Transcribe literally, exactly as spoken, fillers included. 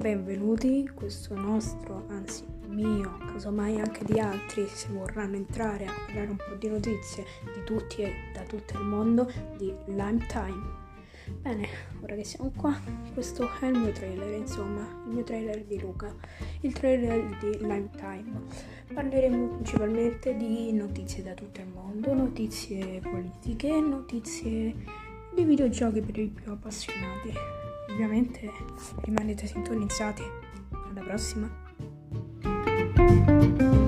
benvenuti in questo nostro, anzi mio, casomai anche di altri, se vorranno entrare a parlare un po' di notizie di tutti e da tutto il mondo, di Lime Time. Bene, ora che siamo qua, questo è il mio trailer, insomma, il mio trailer di Luca, il trailer di Lime Time. Parleremo principalmente di notizie da tutto il mondo, notizie politiche, notizie di videogiochi per i più appassionati. Ovviamente rimanete sintonizzati. Alla prossima.